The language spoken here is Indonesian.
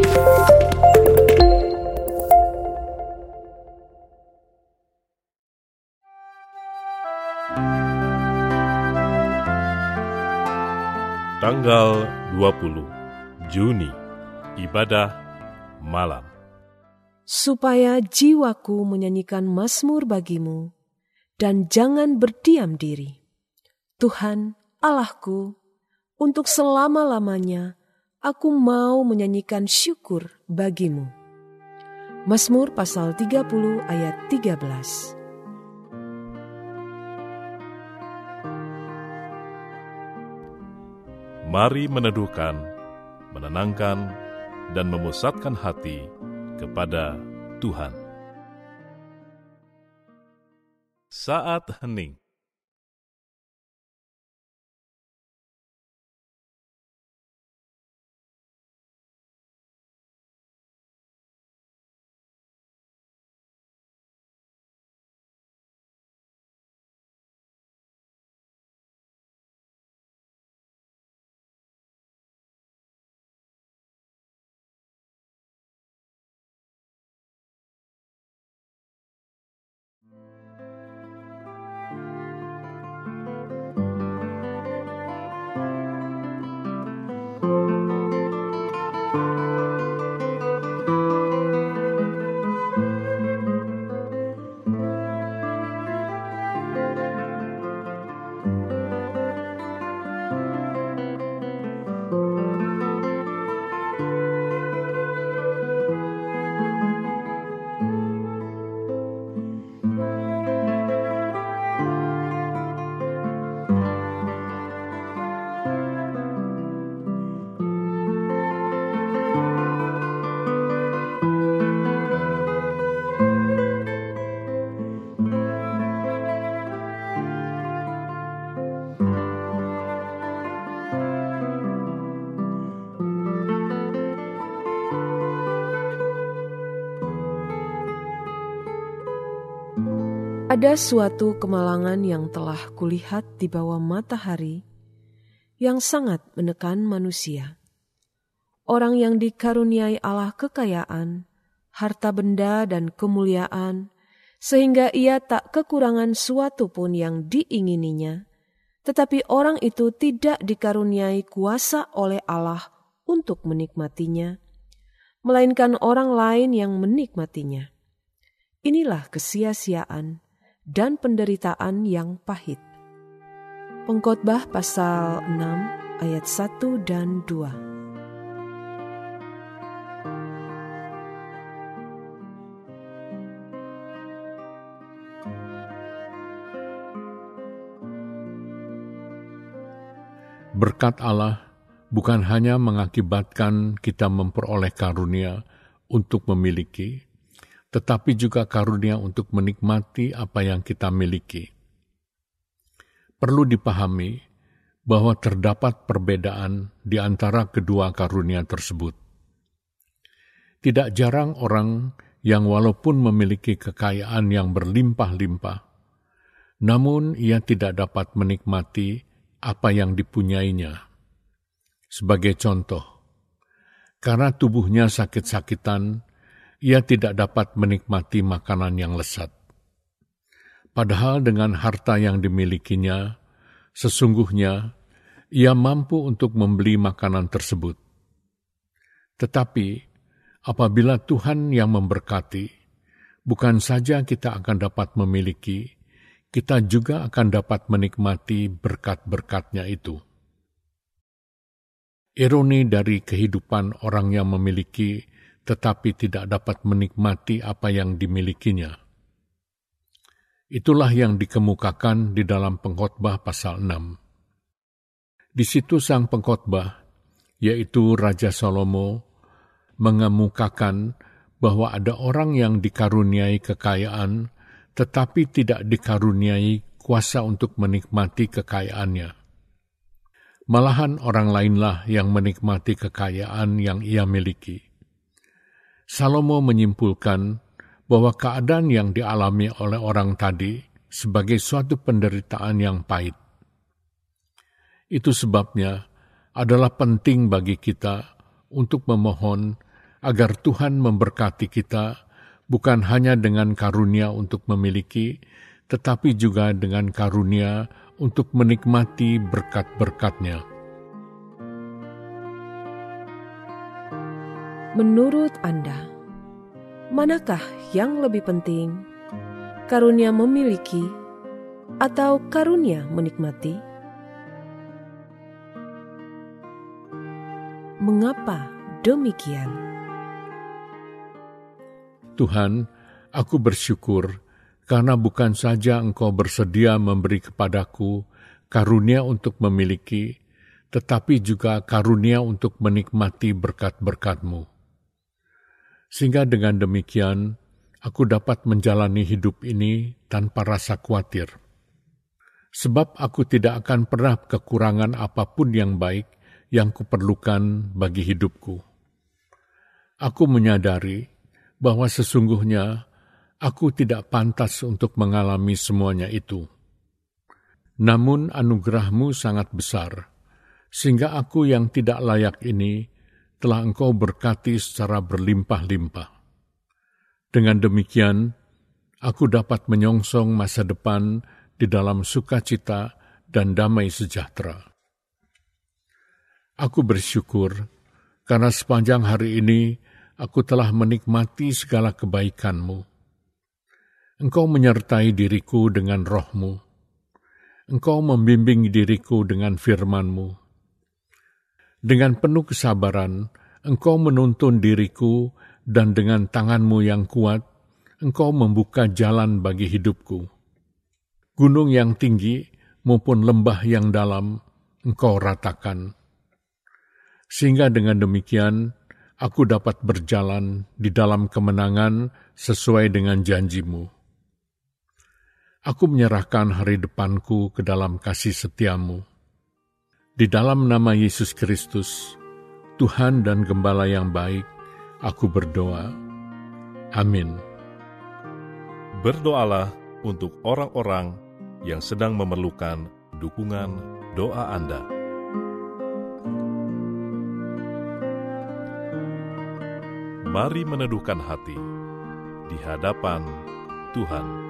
Tanggal 20 Juni, ibadah malam. Supaya jiwaku menyanyikan mazmur bagimu, dan jangan berdiam diri. Tuhan, Allahku, untuk selama-lamanya aku mau menyanyikan syukur bagimu. Mazmur pasal 30 ayat 13. Mari meneduhkan, menenangkan, dan memusatkan hati kepada Tuhan. Saat hening. Ada suatu kemalangan yang telah kulihat di bawah matahari yang sangat menekan manusia. Orang yang dikaruniai Allah kekayaan, harta benda dan kemuliaan, sehingga ia tak kekurangan suatu pun yang diingininya, tetapi orang itu tidak dikaruniai kuasa oleh Allah untuk menikmatinya, melainkan orang lain yang menikmatinya. Inilah kesia-siaan dan penderitaan yang pahit. Pengkhotbah pasal 6 ayat 1 dan 2. Berkat Allah bukan hanya mengakibatkan kita memperoleh karunia untuk memiliki, tetapi juga karunia untuk menikmati apa yang kita miliki. Perlu dipahami bahwa terdapat perbedaan di antara kedua karunia tersebut. Tidak jarang orang yang walaupun memiliki kekayaan yang berlimpah-limpah, namun ia tidak dapat menikmati apa yang dipunyainya. Sebagai contoh, karena tubuhnya sakit-sakitan, ia tidak dapat menikmati makanan yang lezat. Padahal dengan harta yang dimilikinya, sesungguhnya ia mampu untuk membeli makanan tersebut. Tetapi, apabila Tuhan yang memberkati, bukan saja kita akan dapat memiliki, kita juga akan dapat menikmati berkat-berkat-Nya itu. Ironi dari kehidupan orang yang memiliki tetapi tidak dapat menikmati apa yang dimilikinya. Itulah yang dikemukakan di dalam Pengkhotbah pasal 6. Di situ sang pengkhotbah, yaitu Raja Salomo, mengemukakan bahwa ada orang yang dikaruniai kekayaan, tetapi tidak dikaruniai kuasa untuk menikmati kekayaannya. Malahan orang lainlah yang menikmati kekayaan yang ia miliki. Salomo menyimpulkan bahwa keadaan yang dialami oleh orang tadi sebagai suatu penderitaan yang pahit. Itu sebabnya adalah penting bagi kita untuk memohon agar Tuhan memberkati kita, bukan hanya dengan karunia untuk memiliki, tetapi juga dengan karunia untuk menikmati berkat-berkat-Nya. Menurut Anda, manakah yang lebih penting, karunia memiliki atau karunia menikmati? Mengapa demikian? Tuhan, aku bersyukur karena bukan saja Engkau bersedia memberi kepadaku karunia untuk memiliki, tetapi juga karunia untuk menikmati berkat-berkat-Mu. Sehingga dengan demikian, aku dapat menjalani hidup ini tanpa rasa khawatir. Sebab aku tidak akan pernah kekurangan apapun yang baik yang kuperlukan bagi hidupku. Aku menyadari bahwa sesungguhnya aku tidak pantas untuk mengalami semuanya itu. Namun anugerah-Mu sangat besar, sehingga aku yang tidak layak ini telah Engkau berkati secara berlimpah-limpah. Dengan demikian, aku dapat menyongsong masa depan di dalam sukacita dan damai sejahtera. Aku bersyukur karena sepanjang hari ini aku telah menikmati segala kebaikan-Mu. Engkau menyertai diriku dengan roh-Mu. Engkau membimbing diriku dengan firman-Mu. Dengan penuh kesabaran, Engkau menuntun diriku dan dengan tangan-Mu yang kuat, Engkau membuka jalan bagi hidupku. Gunung yang tinggi maupun lembah yang dalam, Engkau ratakan. Sehingga dengan demikian, aku dapat berjalan di dalam kemenangan sesuai dengan janji-Mu. Aku menyerahkan hari depanku ke dalam kasih setia-Mu. Di dalam nama Yesus Kristus, Tuhan dan Gembala yang baik, aku berdoa. Amin. Berdoalah untuk orang-orang yang sedang memerlukan dukungan doa Anda. Mari meneduhkan hati di hadapan Tuhan.